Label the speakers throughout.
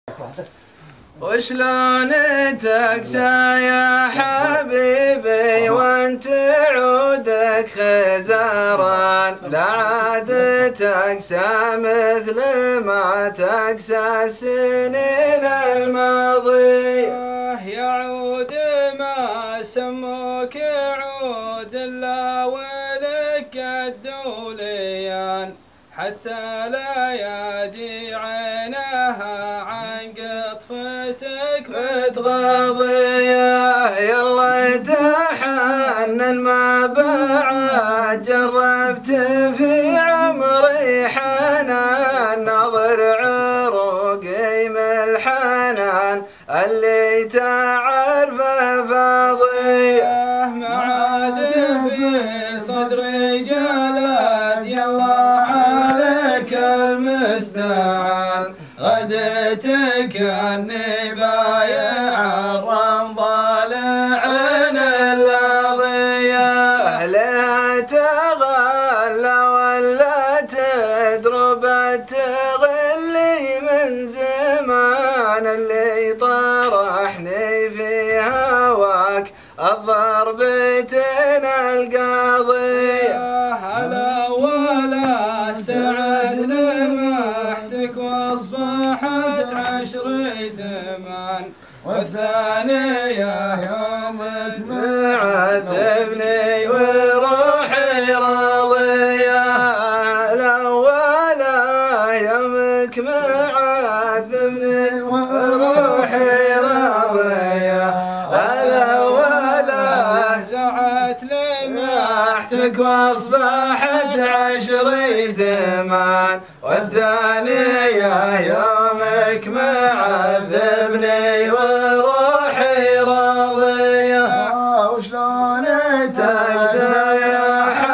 Speaker 1: وشلون تكسى يا حبيبي وانت عودك خزران، لا عاد تكسى مثل ما تكسى السنين الماضية.
Speaker 2: يعود ما سموك عود الا ولك الدوليان، حتى لا يدي عينها عن قطفتك
Speaker 1: متغاضية. يلا تحنن ما بعد جربت في عمري حنان، ناظر عروقي من الحنان اللي تعرفه فاضية.
Speaker 2: ما عاد في صدري جلد يلا عليك المستعان، غدتك اني بايع الرمضان عين
Speaker 1: القضية. لا تغلى ولا تدرب تغلي من زمان، اللي طرحني في هواك الضربتين القاضية.
Speaker 2: هلا ولا سعد لمحتك واصبحت عشري ثمان، والثانية يومك
Speaker 1: معذبني وروحي راضية. الأولى يومك معذبني وروحي راضية. الأولى
Speaker 2: رجعت
Speaker 1: لمحتك واصبحت عشري ثمان، والثانية يومك معذبني وروحي راضية. وشلون تكسى يا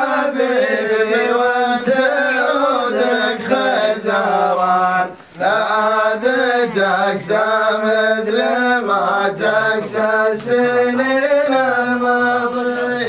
Speaker 1: حبيبي وانت عودك خزران، لا عاد تكسى مثل ما تكسى السنين الماضية.